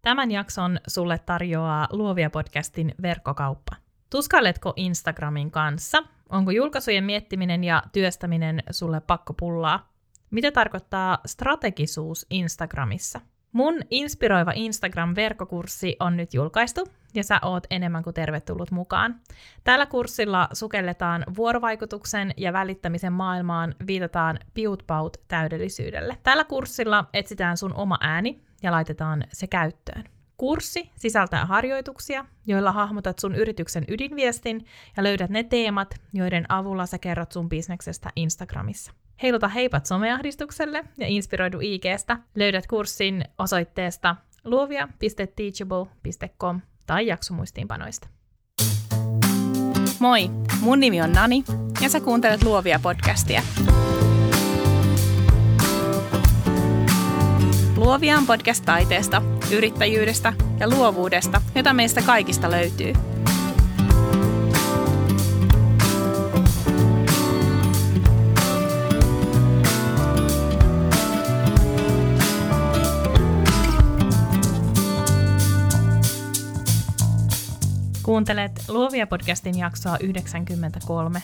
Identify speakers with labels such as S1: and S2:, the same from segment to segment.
S1: Tämän jakson sulle tarjoaa Luovia podcastin verkkokauppa. Tuskailetko Instagramin kanssa? Onko julkaisujen miettiminen ja työstäminen sulle pakkopullaa? Mitä tarkoittaa strategisuus Instagramissa? Mun inspiroiva Instagram-verkkokurssi on nyt julkaistu, ja sä oot enemmän kuin tervetullut mukaan. Tällä kurssilla sukelletaan vuorovaikutuksen ja välittämisen maailmaan, viitataan piut-paut täydellisyydelle. Tällä kurssilla etsitään sun oma ääni ja laitetaan se käyttöön. Kurssi sisältää harjoituksia, joilla hahmotat sun yrityksen ydinviestin ja löydät ne teemat, joiden avulla sä kerrot sun bisneksestä Instagramissa. Heiluta heipat someahdistukselle ja inspiroidu IG:stä. Löydät kurssin osoitteesta luovia.teachable.com tai jaksomuistiinpanoista.
S2: Moi, mun nimi on Nani ja sä kuuntelet Luovia podcastia. Luovia on podcast taiteesta, yrittäjyydestä ja luovuudesta, jota meistä kaikista löytyy.
S1: Kuuntelet Luovia podcastin jaksoa 93.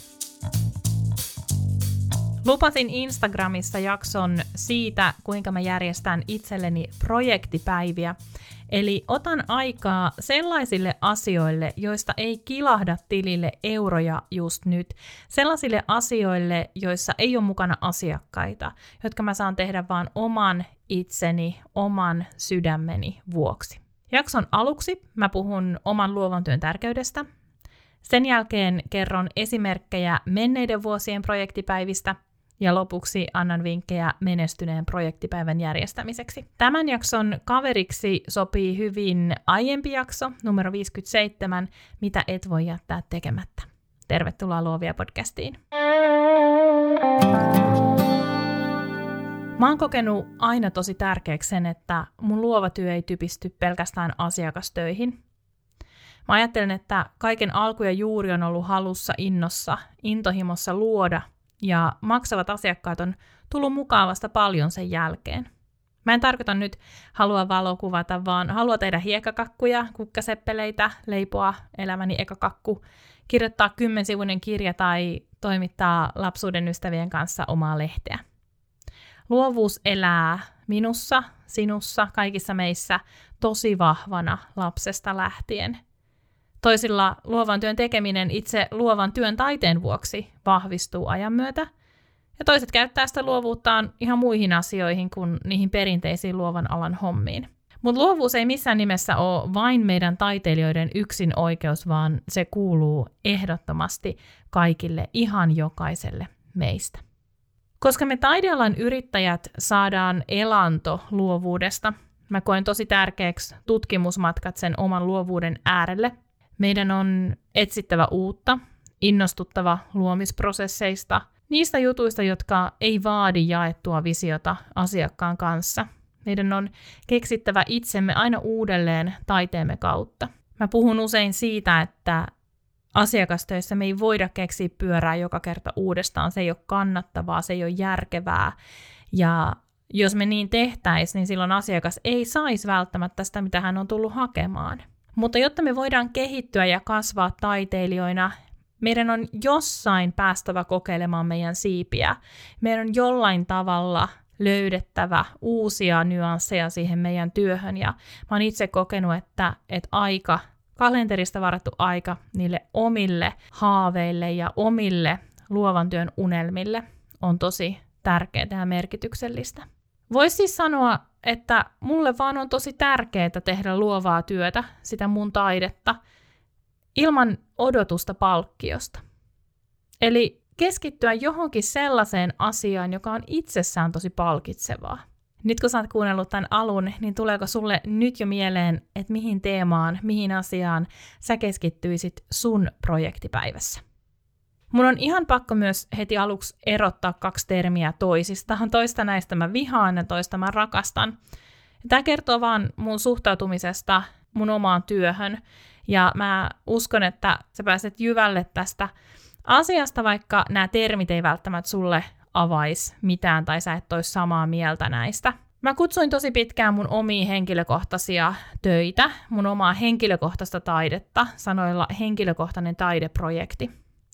S1: Lupasin Instagramissa jakson siitä, kuinka mä järjestän itselleni projektipäiviä. Eli otan aikaa sellaisille asioille, joista ei kilahda tilille euroja just nyt. Sellaisille asioille, joissa ei ole mukana asiakkaita, jotka mä saan tehdä vaan oman itseni, oman sydämeni vuoksi. Jakson aluksi mä puhun oman luovan työn tärkeydestä. Sen jälkeen kerron esimerkkejä menneiden vuosien projektipäivistä ja lopuksi annan vinkkejä menestyneen projektipäivän järjestämiseksi. Tämän jakson kaveriksi sopii hyvin aiempi jakso, numero 57, mitä et voi jättää tekemättä. Tervetuloa Luovia podcastiin. Mä oon kokenut aina tosi tärkeäksi sen, että mun luova työ ei typisty pelkästään asiakastöihin. Mä ajattelen, että kaiken alku ja juuri on ollut halussa, intohimossa luoda, ja maksavat asiakkaat on tullut mukaan vasta paljon sen jälkeen. Mä en tarkoita nyt halua valokuvata, vaan halua tehdä hiekkakakkuja, kukkaseppeleitä, leipoa elämäni eka kakku, kirjoittaa 10-sivuinen kirja tai toimittaa lapsuuden ystävien kanssa omaa lehteä. Luovuus elää minussa, sinussa, kaikissa meissä tosi vahvana lapsesta lähtien. Toisilla luovan työn tekeminen itse luovan työn taiteen vuoksi vahvistuu ajan myötä, ja toiset käyttää sitä luovuuttaan ihan muihin asioihin kuin niihin perinteisiin luovan alan hommiin. Mutta luovuus ei missään nimessä ole vain meidän taiteilijoiden yksin oikeus, vaan se kuuluu ehdottomasti kaikille, ihan jokaiselle meistä. Koska me taidealan yrittäjät saadaan elanto luovuudesta, mä koen tosi tärkeäksi tutkimusmatkat sen oman luovuuden äärelle. Meidän on etsittävä uutta, innostuttava luomisprosesseista, niistä jutuista, jotka ei vaadi jaettua visiota asiakkaan kanssa. Meidän on keksittävä itsemme aina uudelleen taiteemme kautta. Mä puhun usein siitä, että asiakastöissä me ei voida keksiä pyörää joka kerta uudestaan. Se ei ole kannattavaa, se ei ole järkevää. Ja jos me niin tehtäisiin, niin silloin asiakas ei saisi välttämättä sitä, mitä hän on tullut hakemaan. Mutta jotta me voidaan kehittyä ja kasvaa taiteilijoina, meidän on jossain päästävä kokeilemaan meidän siipiä. Meidän on jollain tavalla löydettävä uusia nyansseja siihen meidän työhön. Ja mä oon itse kokenut, että aika, kalenterista varattu aika niille omille haaveille ja omille luovan työn unelmille on tosi tärkeää ja merkityksellistä. Voisi siis sanoa, että mulle vaan on tosi tärkeää tehdä luovaa työtä, sitä mun taidetta, ilman odotusta palkkiosta. Eli keskittyä johonkin sellaiseen asiaan, joka on itsessään tosi palkitsevaa. Nyt kun sä oot kuunnellut tämän alun, niin tuleeko sulle nyt jo mieleen, että mihin teemaan, mihin asiaan sä keskittyisit sun projektipäivässä? Mun on ihan pakko myös heti aluksi erottaa 2 termiä toisistaan. Toista näistä mä vihaan ja toista mä rakastan. Tämä kertoo vaan mun suhtautumisesta mun omaan työhön. Ja mä uskon, että sä pääset jyvälle tästä asiasta, vaikka nämä termit ei välttämättä sulle avaisi mitään tai sä et olisi samaa mieltä näistä. Mä kutsuin tosi pitkään mun omia henkilökohtaisia töitä, mun omaa henkilökohtaista taidetta, sanoilla henkilökohtainen taideprojekti.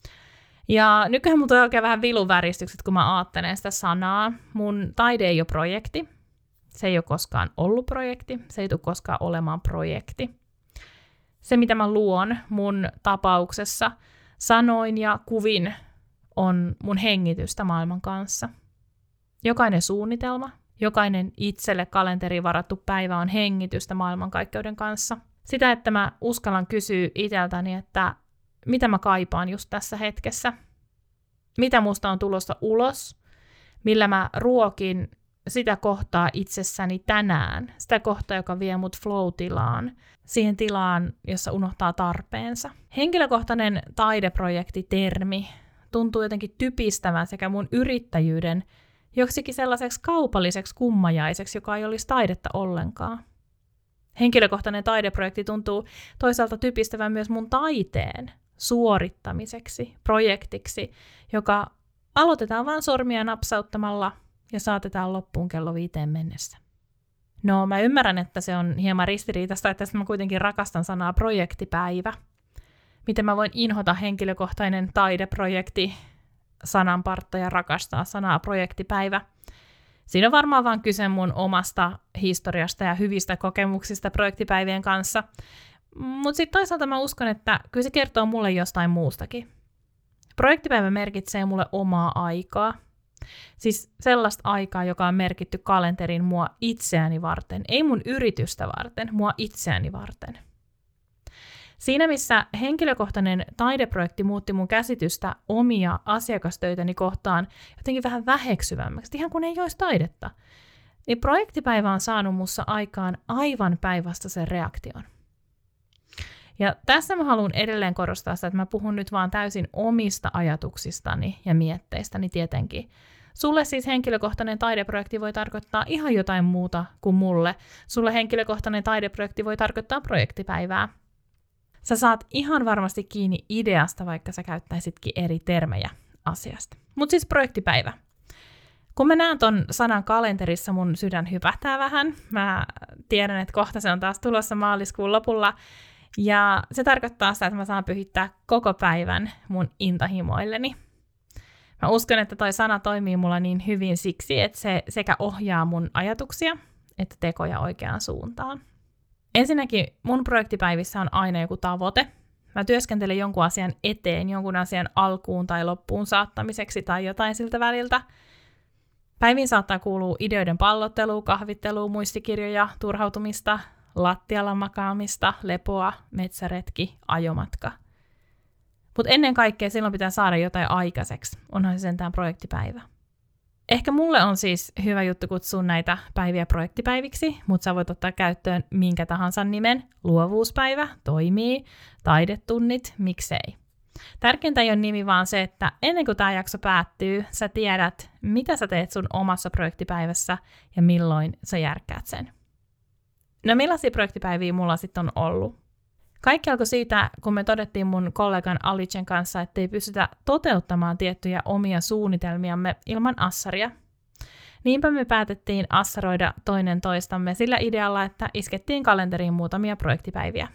S1: Ja nykyään mun tulee oikein vähän viluväristykset, kun mä ajattelen sitä sanaa. Mun taide ei ole projekti. Se ei ole koskaan ollut projekti. Se ei tule koskaan olemaan projekti. Se, mitä mä luon mun tapauksessa sanoin ja kuvin, on mun hengitystä maailman kanssa. Jokainen suunnitelma, jokainen itselle kalenteriin varattu päivä on hengitystä maailmankaikkeuden kanssa. Sitä, että mä uskallan kysyä itseltäni, että mitä mä kaipaan just tässä hetkessä, mitä musta on tulossa ulos, millä mä ruokin sitä kohtaa itsessäni tänään, sitä kohtaa, joka vie mut flow-tilaan, siihen tilaan, jossa unohtaa tarpeensa. Henkilökohtainen taideprojekti-termi tuntuu jotenkin typistävän sekä mun yrittäjyyden joksikin sellaiseksi kaupalliseksi kummajaiseksi, joka ei olisi taidetta ollenkaan. Henkilökohtainen taideprojekti tuntuu toisaalta typistävän myös mun taiteen suorittamiseksi, projektiksi, joka aloitetaan vain sormia napsauttamalla ja saatetaan loppuun kello 5 mennessä. No, mä ymmärrän, että se on hieman ristiriitaista, että mä kuitenkin rakastan sanaa projektipäivä. Miten mä voin inhota henkilökohtainen taideprojekti sananpartta ja rakastaa sanaa projektipäivä. Siinä on varmaan vaan kyse mun omasta historiasta ja hyvistä kokemuksista projektipäivien kanssa. Mutta sitten toisaalta mä uskon, että kyllä se kertoo mulle jostain muustakin. Projektipäivä merkitsee mulle omaa aikaa. Siis sellaista aikaa, joka on merkitty kalenteriin mua itseäni varten. Ei mun yritystä varten, mua itseäni varten. Siinä missä henkilökohtainen taideprojekti muutti mun käsitystä omia asiakastöitäni kohtaan jotenkin vähän väheksyvämmäksi, ihan kun ei olisi taidetta, niin projektipäivä on saanut mussa aikaan aivan päinvastaisen reaktion. Ja tässä mä haluan edelleen korostaa sitä, että mä puhun nyt vaan täysin omista ajatuksistani ja mietteistäni tietenkin. Sulle siis henkilökohtainen taideprojekti voi tarkoittaa ihan jotain muuta kuin mulle. Sulle henkilökohtainen taideprojekti voi tarkoittaa projektipäivää. Sä saat ihan varmasti kiinni ideasta, vaikka sä käyttäisitkin eri termejä asiasta. Mutta siis projektipäivä. Kun mä näen ton sanan kalenterissa, mun sydän hypähtää vähän. Mä tiedän, että kohta se on taas tulossa maaliskuun lopulla. Ja se tarkoittaa sitä, että mä saan pyhittää koko päivän mun intohimoilleni. Mä uskon, että toi sana toimii mulla niin hyvin siksi, että se sekä ohjaa mun ajatuksia että tekoja oikeaan suuntaan. Ensinnäkin mun projektipäivissä on aina joku tavoite. Mä työskentelen jonkun asian eteen, jonkun asian alkuun tai loppuun saattamiseksi tai jotain siltä väliltä. Päiviin saattaa kuulua ideoiden pallottelua, kahvittelua, muistikirjoja, turhautumista, lattialla makaamista, lepoa, metsäretki, ajomatka. Mutta ennen kaikkea silloin pitää saada jotain aikaiseksi. Onhan se sentään projektipäivä. Ehkä mulle on siis hyvä juttu kutsua näitä päiviä projektipäiviksi, mutta sä voit ottaa käyttöön minkä tahansa nimen. Luovuuspäivä, toimii, taidetunnit, miksei. Tärkeintä ei ole nimi, vaan se, että ennen kuin tämä jakso päättyy, sä tiedät, mitä sä teet sun omassa projektipäivässä ja milloin sä järkkäät sen. No millaisia projektipäiviä mulla sitten on ollut? Kaikki alkoi siitä, kun me todettiin mun kollegan Alicen kanssa, että ei pystytä toteuttamaan tiettyjä omia suunnitelmiamme ilman assaria. Niinpä me päätettiin assaroida toinen toistamme sillä idealla, että iskettiin kalenteriin muutamia projektipäiviä.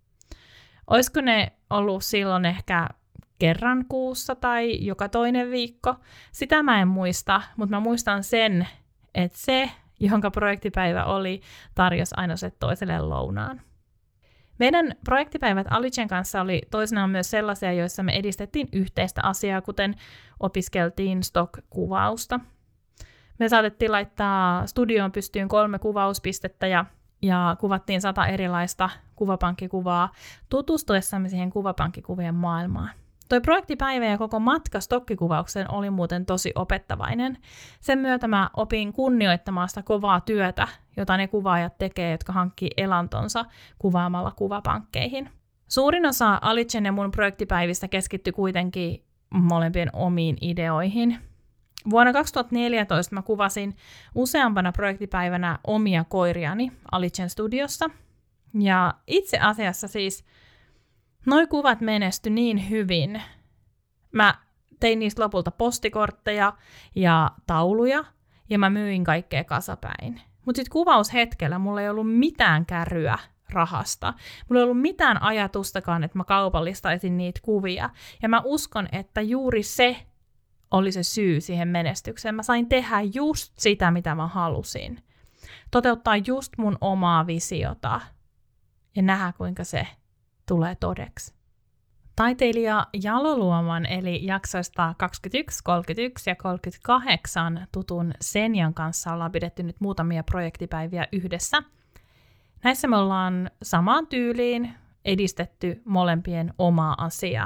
S1: Olisiko ne ollut silloin ehkä kerran kuussa tai joka toinen viikko? Sitä mä en muista, mutta mä muistan sen, että se, jonka projektipäivä oli, tarjosi aina se toiselle lounaan. Meidän projektipäivät Alicen kanssa oli toisinaan myös sellaisia, joissa me edistettiin yhteistä asiaa, kuten opiskeltiin stock-kuvausta. Me saatettiin laittaa studioon pystyyn 3 kuvauspistettä ja kuvattiin 100 erilaista kuvapankkikuvaa tutustuessamme siihen kuvapankkikuvien maailmaan. Toi projektipäivä ja koko matka stokkikuvaukseen oli muuten tosi opettavainen. Sen myötä mä opin kunnioittamaan sitä kovaa työtä, jota ne kuvaajat tekee, jotka hankkii elantonsa kuvaamalla kuvapankkeihin. Suurin osa Alicen ja mun projektipäivistä keskittyi kuitenkin molempien omiin ideoihin. Vuonna 2014 mä kuvasin useampana projektipäivänä omia koiriani Alicen studiossa. Ja itse asiassa siis noi kuvat menesty niin hyvin. Mä tein niistä lopulta postikortteja ja tauluja, ja mä myin kaikkea kasapäin. Mutta sitten kuvaushetkellä mulla ei ollut mitään kärryä rahasta. Mulla ei ollut mitään ajatustakaan, että mä kaupallistaisin niitä kuvia. Ja mä uskon, että juuri se oli se syy siihen menestykseen. Mä sain tehdä just sitä, mitä mä halusin. Toteuttaa just mun omaa visiota ja nähdä, kuinka se tulee todeksi. Taiteilija Jalo Luoman eli jaksoista 21, 31 ja 38 tutun Senjan kanssa ollaan pidetty nyt muutamia projektipäiviä yhdessä. Näissä me ollaan samaan tyyliin edistetty molempien omaa asiaa.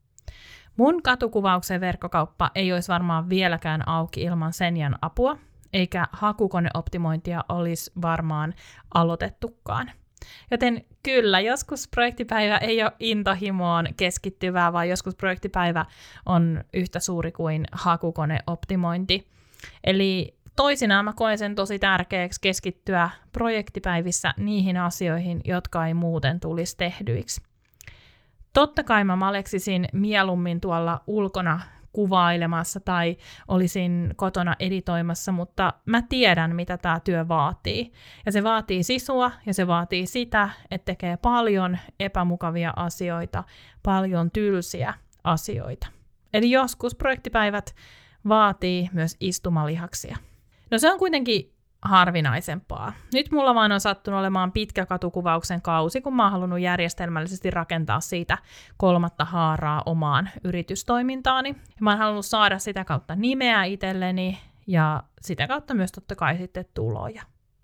S1: Mun katukuvauksen verkkokauppa ei olisi varmaan vieläkään auki ilman Senjan apua, eikä hakukoneoptimointia olisi varmaan aloitettukaan. Joten kyllä, joskus projektipäivä ei ole intohimoon keskittyvää, vaan joskus projektipäivä on yhtä suuri kuin hakukoneoptimointi. Eli toisinaan mä koen sen tosi tärkeäksi keskittyä projektipäivissä niihin asioihin, jotka ei muuten tulisi tehdyiksi. Totta kai mä maleksisin mieluummin tuolla ulkona kuvailemassa tai olisin kotona editoimassa, mutta mä tiedän, mitä tämä työ vaatii. Ja se vaatii sisua ja se vaatii sitä, että tekee paljon epämukavia asioita, paljon tylsiä asioita. Eli joskus projektipäivät vaatii myös istumalihaksia. No se on kuitenkin harvinaisempaa. Nyt mulla vaan on sattunut olemaan pitkä katukuvauksen kausi, kun mä oon halunnut järjestelmällisesti rakentaa siitä 3. haaraa omaan yritystoimintaani. Ja mä oon halunnut saada sitä kautta nimeä itselleni ja sitä kautta myös totta kai sitten tuloja.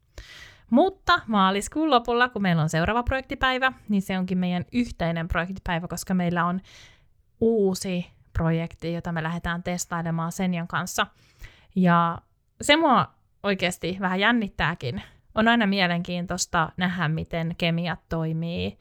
S1: Mutta maaliskuun lopulla, kun meillä on seuraava projektipäivä, niin se onkin meidän yhteinen projektipäivä, koska meillä on uusi projekti, jota me lähdetään testailemaan Senjan kanssa. Ja se mua oikeasti vähän jännittääkin. On aina mielenkiintoista nähdä, miten kemiat toimii,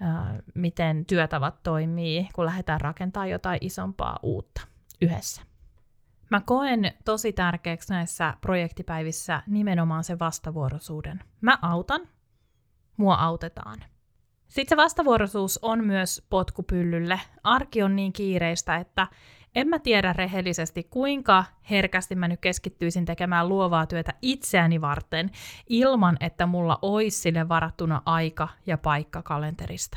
S1: miten työtavat toimii, kun lähdetään rakentamaan jotain isompaa uutta yhdessä. Mä koen tosi tärkeäksi näissä projektipäivissä nimenomaan se vastavuoroisuuden. Mä autan, mua autetaan. Sitten se vastavuoroisuus on myös potkupyllylle. Arki on niin kiireistä, että en mä tiedä rehellisesti, kuinka herkästi mä nyt keskittyisin tekemään luovaa työtä itseäni varten, ilman että mulla olisi sille varattuna aika ja paikka kalenterista.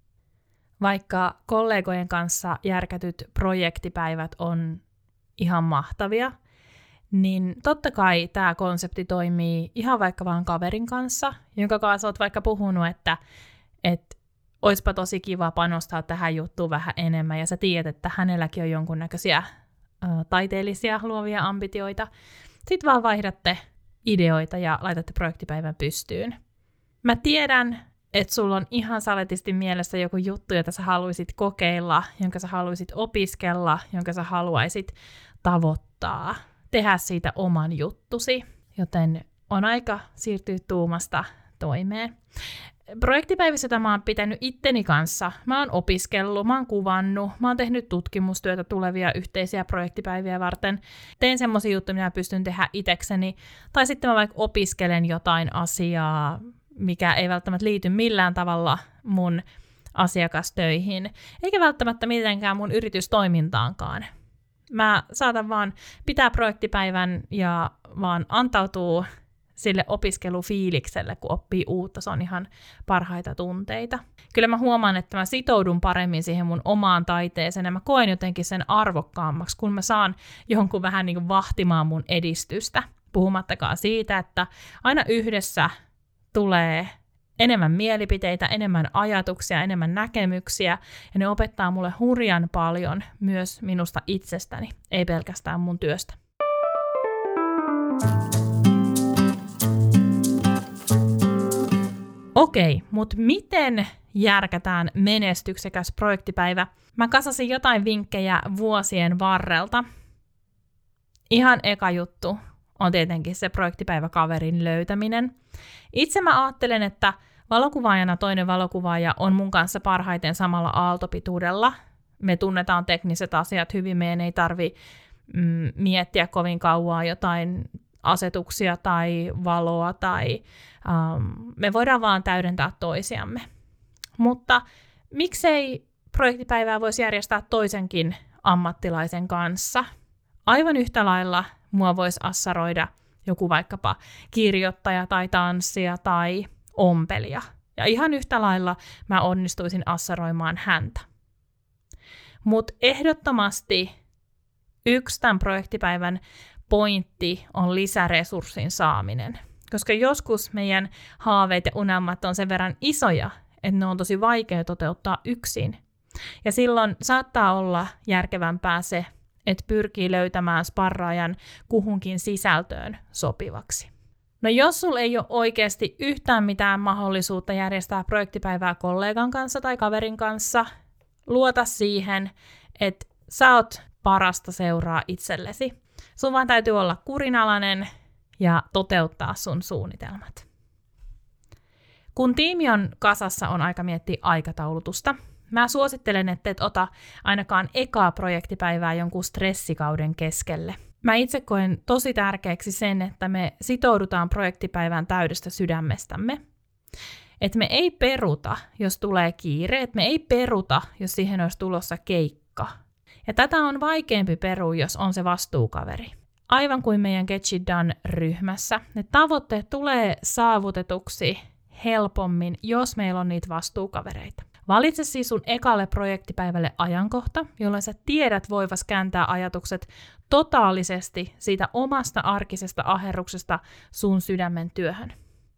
S1: Vaikka kollegojen kanssa järkätyt projektipäivät on ihan mahtavia, niin totta kai tämä konsepti toimii ihan vaikka vaan kaverin kanssa, jonka kanssa olet vaikka puhunut, että oispa tosi kiva panostaa tähän juttuun vähän enemmän, ja sä tiedät, että hänelläkin on jonkunnäköisiä taiteellisia luovia ambitioita. Sitten vaan vaihdatte ideoita ja laitatte projektipäivän pystyyn. Mä tiedän, että sulla on ihan saletisti mielessä joku juttu, jota sä haluaisit kokeilla, jonka sä haluaisit opiskella, jonka sä haluaisit tavoittaa. Tehdä siitä oman juttusi, joten on aika siirtyä tuumasta toimeen. Projektipäivissä, jota mä oon pitänyt itteni kanssa, mä oon opiskellut, mä oon kuvannut, mä oon tehnyt tutkimustyötä tulevia yhteisiä projektipäiviä varten. Teen semmoisia juttuja, mitä mä pystyn tehdä itekseni, tai sitten mä vaikka opiskelen jotain asiaa, mikä ei välttämättä liity millään tavalla mun asiakastöihin, eikä välttämättä mitenkään mun yritystoimintaankaan. Mä saatan vaan pitää projektipäivän ja vaan antautuu sille opiskelufiilikselle, kun oppii uutta. Se on ihan parhaita tunteita. Kyllä mä huomaan, että mä sitoudun paremmin siihen mun omaan taiteeseen ja mä koen jotenkin sen arvokkaammaksi, kun mä saan jonkun vähän niin kuin vahtimaan mun edistystä. Puhumattakaan siitä, että aina yhdessä tulee enemmän mielipiteitä, enemmän ajatuksia, enemmän näkemyksiä, ja ne opettaa mulle hurjan paljon myös minusta itsestäni, ei pelkästään mun työstä. Okei, mutta miten järkätään menestyksekäs projektipäivä? Mä kasasin jotain vinkkejä vuosien varrelta. Ihan eka juttu on tietenkin se projektipäiväkaverin löytäminen. Itse mä ajattelen, että valokuvaajana toinen valokuvaaja on mun kanssa parhaiten samalla aaltopituudella. Me tunnetaan tekniset asiat hyvin, meidän ei tarvi miettiä kovin kauan jotain asetuksia tai valoa, tai me voidaan vaan täydentää toisiamme. Mutta miksei projektipäivää voisi järjestää toisenkin ammattilaisen kanssa? Aivan yhtä lailla mua voisi assaroida joku vaikkapa kirjoittaja tai tanssija tai ompelija. Ja ihan yhtä lailla mä onnistuisin assaroimaan häntä. Mutta ehdottomasti yksi tämän projektipäivän pointti on lisäresurssin saaminen. Koska joskus meidän haaveet ja unelmat on sen verran isoja, että ne on tosi vaikea toteuttaa yksin. Ja silloin saattaa olla järkevämpää se, että pyrkii löytämään sparraajan kuhunkin sisältöön sopivaksi. No jos sulla ei ole oikeasti yhtään mitään mahdollisuutta järjestää projektipäivää kollegan kanssa tai kaverin kanssa, luota siihen, että sä oot parasta seuraa itsellesi. Sun vaan täytyy olla kurinalainen ja toteuttaa sun suunnitelmat. Kun tiimi on kasassa, on aika miettiä aikataulutusta. Mä suosittelen, että et ota ainakaan ekaa projektipäivää jonkun stressikauden keskelle. Mä itse koen tosi tärkeäksi sen, että me sitoudutaan projektipäivään täydestä sydämestämme. Että me ei peruta, jos tulee kiire, että me ei peruta, jos siihen olisi tulossa keikka. Ja tätä on vaikeampi perua, jos on se vastuukaveri. Aivan kuin meidän Get Shit Done-ryhmässä, ne tavoitteet tulee saavutetuksi helpommin, jos meillä on niitä vastuukavereita. Valitse siis sun ekalle projektipäivälle ajankohta, jolloin sä tiedät voivas kääntää ajatukset totaalisesti siitä omasta arkisesta aherruksesta sun sydämen työhön.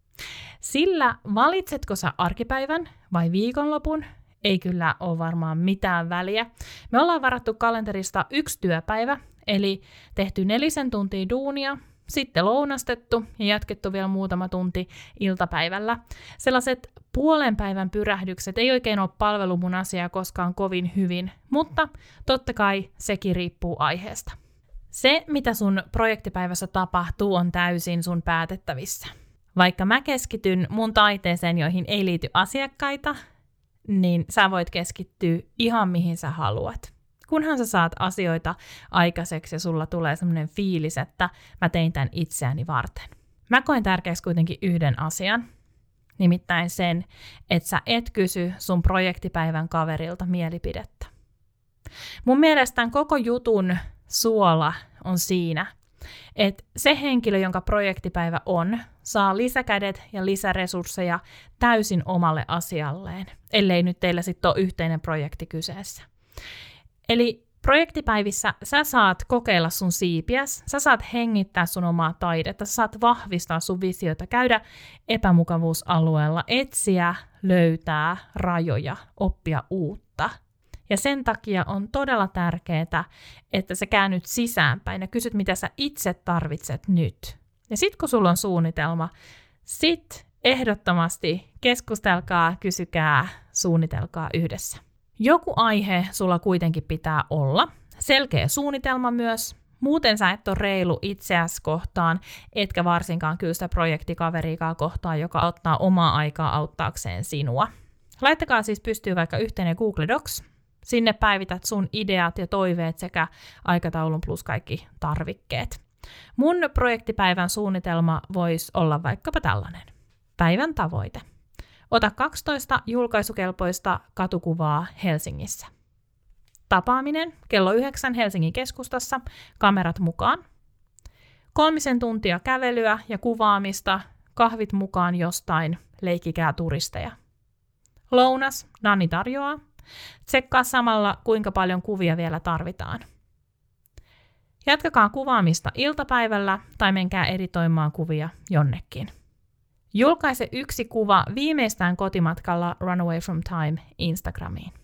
S1: Sillä valitsetko sä arkipäivän vai viikonlopun, ei kyllä ole varmaan mitään väliä. Me ollaan varattu kalenterista 1 työpäivä, eli tehty 4 tuntia duunia, sitten lounastettu ja jatkettu vielä muutama tunti iltapäivällä. Sellaiset puolen päivän pyrähdykset ei oikein ole palvelu mun asiaa koskaan kovin hyvin, mutta totta kai sekin riippuu aiheesta. Se, mitä sun projektipäivässä tapahtuu, on täysin sun päätettävissä. Vaikka mä keskityn mun taiteeseen, joihin ei liity asiakkaita, niin sä voit keskittyä ihan mihin sä haluat. Kunhan sä saat asioita aikaiseksi ja sulla tulee semmoinen fiilis, että mä tein tämän itseäni varten. Mä koen tärkeäksi kuitenkin yhden asian, nimittäin sen, että sä et kysy sun projektipäivän kaverilta mielipidettä. Mun mielestä koko jutun suola on siinä, että se henkilö, jonka projektipäivä on, saa lisäkädet ja lisäresursseja täysin omalle asialleen, ellei nyt teillä sitten ole yhteinen projekti kyseessä. Eli projektipäivissä sä saat kokeilla sun siipiäs, sä saat hengittää sun omaa taidetta, sä saat vahvistaa sun visioita, käydä epämukavuusalueella, etsiä, löytää rajoja, oppia uutta. Ja sen takia on todella tärkeää, että sä käännyt sisäänpäin ja kysyt, mitä sä itse tarvitset nyt. Ja sit kun sulla on suunnitelma, sit ehdottomasti keskustelkaa, kysykää, suunnitelkaa yhdessä. Joku aihe sulla kuitenkin pitää olla, selkeä suunnitelma myös, muuten sä et ole reilu itseäsi kohtaan, etkä varsinkaan kyllä sitä projektikaveriikaa kohtaan, joka ottaa omaa aikaa auttaakseen sinua. Laittakaa siis pystyyn vaikka yhteinen Google Docs, sinne päivität sun ideat ja toiveet sekä aikataulun plus kaikki tarvikkeet. Mun projektipäivän suunnitelma voisi olla vaikkapa tällainen. Päivän tavoite. Ota 12 julkaisukelpoista katukuvaa Helsingissä. Tapaaminen kello 9 Helsingin keskustassa, kamerat mukaan. 3 tuntia kävelyä ja kuvaamista, kahvit mukaan jostain, leikkikää turisteja. Lounas, Nanni tarjoaa. Tsekkaa samalla, kuinka paljon kuvia vielä tarvitaan. Jatkakaa kuvaamista iltapäivällä tai menkää editoimaan kuvia jonnekin. Julkaise 1 kuva viimeistään kotimatkalla Runaway from Time Instagramiin.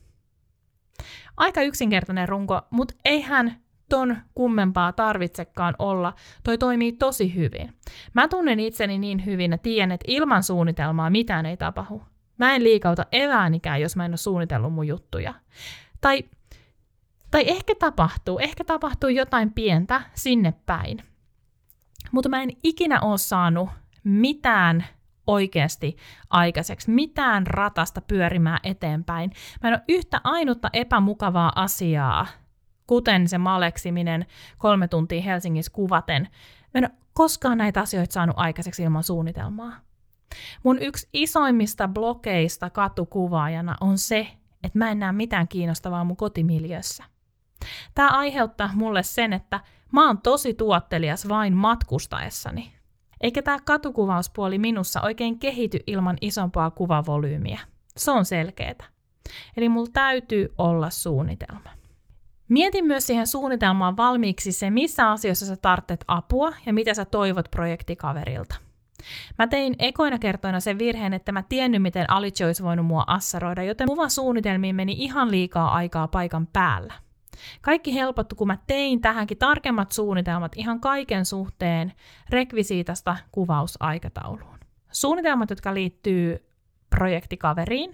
S1: Aika yksinkertainen runko, mutta eihän ton kummempaa tarvitsekaan olla. Toi toimii tosi hyvin. Mä tunnen itseni niin hyvin ja tiedän, että ilman suunnitelmaa mitään ei tapahdu. Mä en liikauta eväänikään, jos mä en ole suunnitellut mun juttuja. Tai ehkä tapahtuu jotain pientä sinne päin. Mutta mä en ikinä ole saanut mitään oikeasti aikaiseksi, mitään ratasta pyörimään eteenpäin. Mä en ole yhtä ainutta epämukavaa asiaa, kuten se maleksiminen 3 tuntia Helsingissä kuvaten. Mä en ole koskaan näitä asioita saanut aikaiseksi ilman suunnitelmaa. Mun yksi isoimmista blokeista katukuvaajana on se, että mä en näe mitään kiinnostavaa mun kotimiljössä. Tää aiheuttaa mulle sen, että Mä oon tosi tuottelias vain matkustaessani. Eikä tää katukuvauspuoli minussa oikein kehity ilman isompaa kuvavolyymiä. Se on selkeetä. Eli mulla täytyy olla suunnitelma. Mietin myös siihen suunnitelmaan valmiiksi se, missä asioissa sä tarvitset apua ja mitä sä toivot projektikaverilta. Mä tein ekoina kertoina sen virheen, että mä tiennyt, miten Alice olisi voinut mua assaroida, joten kuvasuunnitelmiin meni ihan liikaa aikaa paikan päällä. Kaikki helpottui, kun mä tein tähänkin tarkemmat suunnitelmat ihan kaiken suhteen rekvisiitasta kuvausaikatauluun. Suunnitelmat, jotka liittyy projektikaveriin,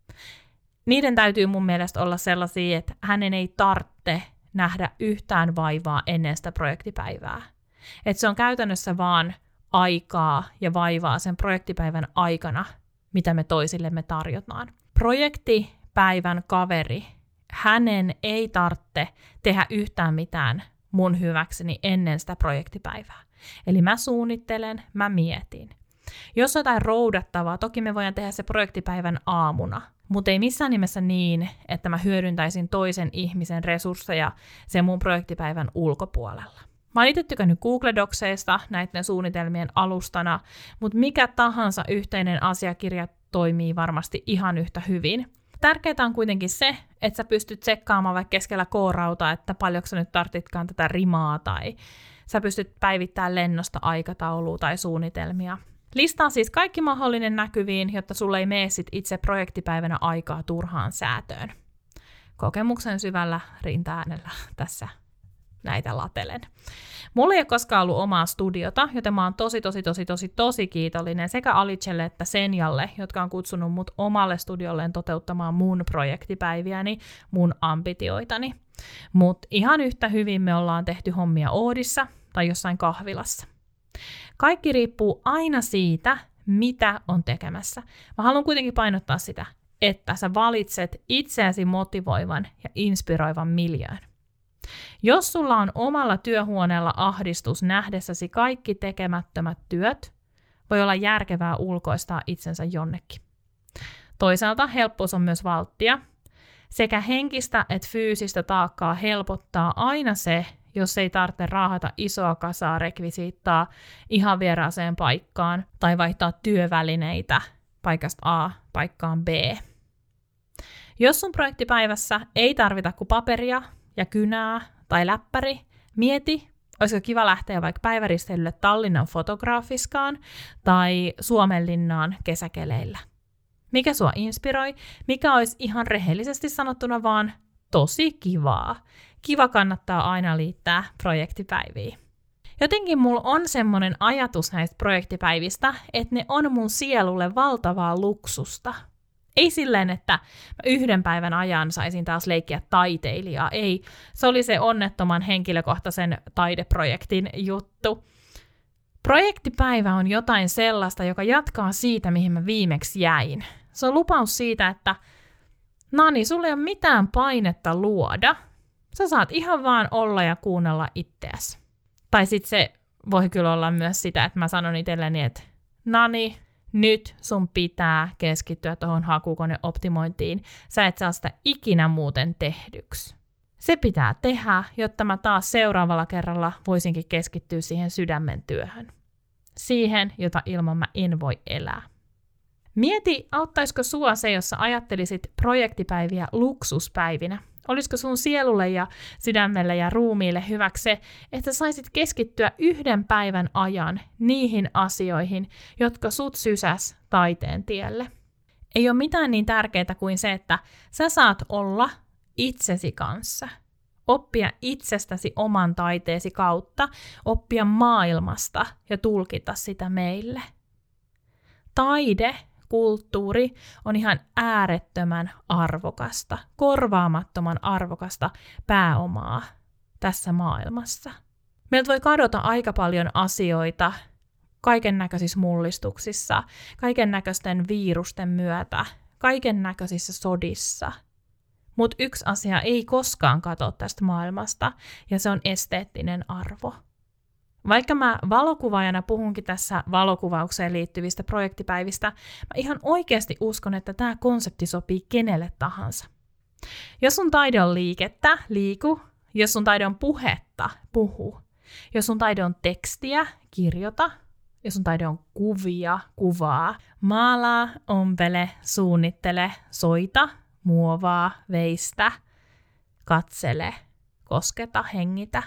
S1: niiden täytyy mun mielestä olla sellaisia, että hänen ei tarvitse nähdä yhtään vaivaa ennen sitä projektipäivää. Että se on käytännössä vaan aikaa ja vaivaa sen projektipäivän aikana, mitä me toisillemme tarjotaan. Projektipäivän kaveri, hänen ei tarvitse tehdä yhtään mitään mun hyväkseni ennen sitä projektipäivää. Eli mä suunnittelen, mä mietin. Jos on jotain roudattavaa, toki me voidaan tehdä se projektipäivän aamuna, mutta ei missään nimessä niin, että mä hyödyntäisin toisen ihmisen resursseja sen mun projektipäivän ulkopuolella. Mä oon itse tykännyt Google Docseista näiden suunnitelmien alustana, mutta mikä tahansa yhteinen asiakirja toimii varmasti ihan yhtä hyvin. Tärkeää on kuitenkin se, että sä pystyt tsekkaamaan vaikka keskellä koorauta, että paljonko sä nyt tarvitkaan tätä rimaa, tai sä pystyt päivittämään lennosta aikataulua tai suunnitelmia. Listaa siis kaikki mahdollinen näkyviin, jotta sulle ei mene sit itse projektipäivänä aikaa turhaan säätöön. Kokemuksen syvällä rinta-äänellä tässä näitä latelen. Mulla ei ole koskaan ollut omaa studiota, joten mä oon tosi kiitollinen sekä Alicelle että Senjalle, jotka on kutsunut mut omalle studiolleen toteuttamaan mun projektipäiviäni, mun ambitioitani. Mut ihan yhtä hyvin me ollaan tehty hommia Oodissa tai jossain kahvilassa. Kaikki riippuu aina siitä, mitä on tekemässä. Mä haluan kuitenkin painottaa sitä, että sä valitset itseäsi motivoivan ja inspiroivan miljöön. Jos sulla on omalla työhuoneella ahdistus nähdessäsi kaikki tekemättömät työt, voi olla järkevää ulkoistaa itsensä jonnekin. Toisaalta helppous on myös valttia. Sekä henkistä että fyysistä taakkaa helpottaa aina se, jos ei tarvitse raahata isoa kasaa rekvisiittaa ihan vieraaseen paikkaan tai vaihtaa työvälineitä paikasta A paikkaan B. Jos sun projektipäivässä ei tarvita kuin paperia ja kynää tai läppäri, mieti, olisiko kiva lähteä vaikka päiväristeilylle Tallinnan Fotograafiskaan tai Suomenlinnaan kesäkeleillä. Mikä sua inspiroi, mikä olisi ihan rehellisesti sanottuna vaan tosi kivaa. Kiva kannattaa aina liittää projektipäiviin. Jotenkin mulla on semmoinen ajatus näistä projektipäivistä, että ne on mun sielulle valtavaa luksusta. Ei silleen, että mä yhden päivän ajan saisin taas leikkiä taiteilijaa. Ei, se oli se onnettoman henkilökohtaisen taideprojektin juttu. Projektipäivä on jotain sellaista, joka jatkaa siitä, mihin mä viimeksi jäin. Se on lupaus siitä, että Nani, sulla ei ole mitään painetta luoda. Sä saat ihan vaan olla ja kuunnella itseäsi. Tai sitten se voi kyllä olla myös sitä, että mä sanon itselleni, että Nani, nyt sun pitää keskittyä tuohon hakukoneoptimointiin. Sä et saa sitä ikinä muuten tehdyksi. Se pitää tehdä, jotta mä taas seuraavalla kerralla voisinkin keskittyä siihen sydämen työhön. Siihen, jota ilman mä en voi elää. Mieti, auttaisiko sua se, jos sä ajattelisit projektipäiviä luksuspäivinä? Olisiko sun sielulle ja sydämelle ja ruumiille hyväksi se, että saisit keskittyä yhden päivän ajan niihin asioihin, jotka sut sysäs taiteen tielle? Ei ole mitään niin tärkeää kuin se, että sä saat olla itsesi kanssa. Oppia itsestäsi oman taiteesi kautta, oppia maailmasta ja tulkita sitä meille. Taide, kulttuuri on ihan äärettömän arvokasta, korvaamattoman arvokasta pääomaa tässä maailmassa. Meiltä voi kadota aika paljon asioita kaiken näköisissä mullistuksissa, kaiken näköisten virusten myötä, kaiken näköisissä sodissa. Mutta yksi asia ei koskaan katoa tästä maailmasta, ja se on esteettinen arvo. Vaikka mä valokuvaajana puhunkin tässä valokuvaukseen liittyvistä projektipäivistä, mä ihan oikeasti uskon, että tämä konsepti sopii kenelle tahansa. Jos sun taide on liikettä, liiku. Jos sun taide on puhetta, puhu. Jos sun taide on tekstiä, kirjoita. Jos sun taide on kuvia, kuvaa. Maalaa, ompele, suunnittele, soita, muovaa, veistä, katsele, kosketa, hengitä.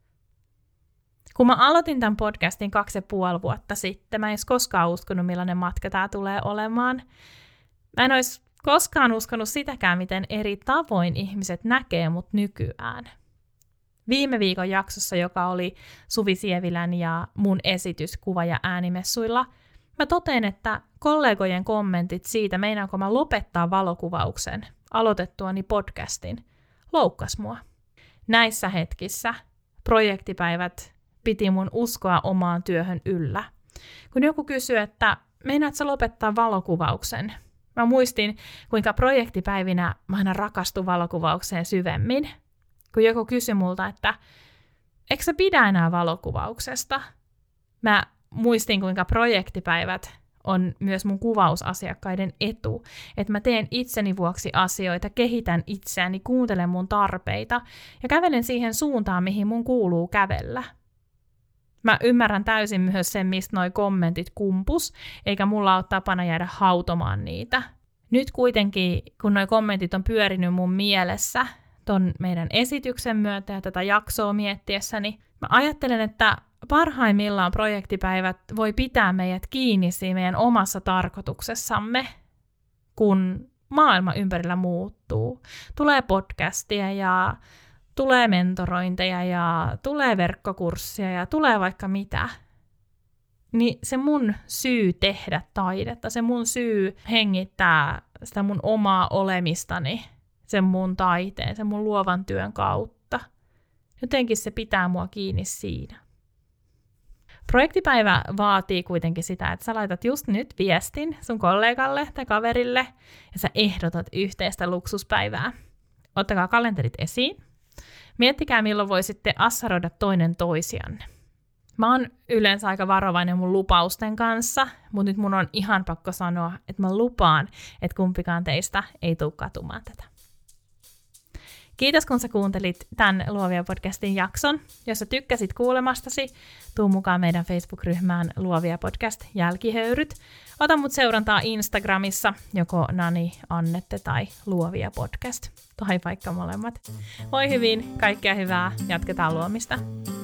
S1: Kun mä aloitin tämän podcastin 2,5 vuotta sitten, mä en edes koskaan uskonut, millainen matka tää tulee olemaan. Mä en olisi koskaan uskonut sitäkään, miten eri tavoin ihmiset näkee mut nykyään. Viime viikon jaksossa, joka oli Suvi Sievilän ja mun esitys kuva- ja äänimessuilla, mä totean, että kollegojen kommentit siitä, meinaanko mä lopettaa valokuvauksen aloitettuani podcastin, loukkas mua. Näissä hetkissä projektipäivät piti mun uskoa omaan työhön yllä. Kun joku kysyy, että meinaat sä lopettaa valokuvauksen? Mä muistin, kuinka projektipäivinä mä aina rakastun valokuvaukseen syvemmin. Kun joku kysyi multa, että eikö sä pidä enää valokuvauksesta? Mä muistin, kuinka projektipäivät on myös mun kuvausasiakkaiden etu. Että mä teen itseni vuoksi asioita, kehitän itseäni, kuuntelen mun tarpeita ja kävelen siihen suuntaan, mihin mun kuuluu kävellä. Mä ymmärrän täysin myös sen, mistä noi kommentit kumpus, eikä mulla ole tapana jäädä hautomaan niitä. Nyt kuitenkin, kun noi kommentit on pyörinyt mun mielessä ton meidän esityksen myötä ja tätä jaksoa miettiessäni, mä ajattelen, että parhaimmillaan projektipäivät voi pitää meidät kiinni siinä meidän omassa tarkoituksessamme, kun maailma ympärillä muuttuu. Tulee podcastia ja tulee mentorointeja ja tulee verkkokurssia ja tulee vaikka mitä. Niin se mun syy tehdä taidetta, se mun syy hengittää sitä mun omaa olemistani, sen mun taiteen, sen mun luovan työn kautta. Jotenkin se pitää mua kiinni siinä. Projektipäivä vaatii kuitenkin sitä, että sä laitat just nyt viestin sun kollegalle tai kaverille ja sä ehdotat yhteistä luksuspäivää. Ottakaa kalenterit esiin. Miettikää, milloin voisitte assaroida toinen toisianne. Mä oon yleensä aika varovainen mun lupausten kanssa, mutta nyt mun on ihan pakko sanoa, että mä lupaan, että kumpikaan teistä ei tule katumaan tätä. Kiitos, kun sä kuuntelit tämän Luovia podcastin jakson. Jos sä tykkäsit kuulemastasi, tuu mukaan meidän Facebook-ryhmään Luovia podcast jälkihöyryt. Ota mut seurantaa Instagramissa, joko Nani, Annette tai Luovia podcast, tai vaikka molemmat. Moi hyvin, kaikkea hyvää, jatketaan luomista.